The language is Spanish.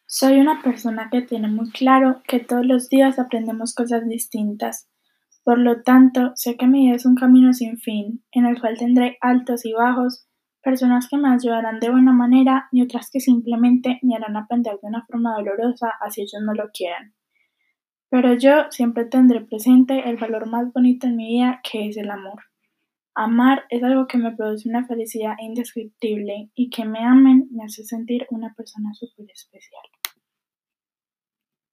Soy una persona que tiene muy claro que todos los días aprendemos cosas distintas. Por lo tanto, sé que mi vida es un camino sin fin, en el cual tendré altos y bajos, personas que me ayudarán de buena manera y otras que simplemente me harán aprender de una forma dolorosa, así ellos no lo quieran. Pero yo siempre tendré presente el valor más bonito en mi vida, que es el amor. Amar es algo que me produce una felicidad indescriptible y que me amen me hace sentir una persona súper especial.